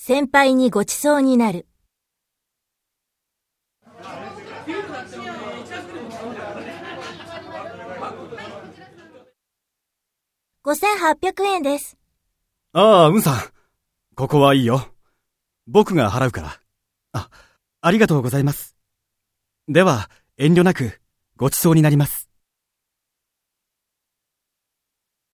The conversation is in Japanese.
先輩にご馳走になる。5800円です。 ああ、さん。ここはいいよ。僕が払うから。ありがとうございます。では、遠慮なくご馳走になります。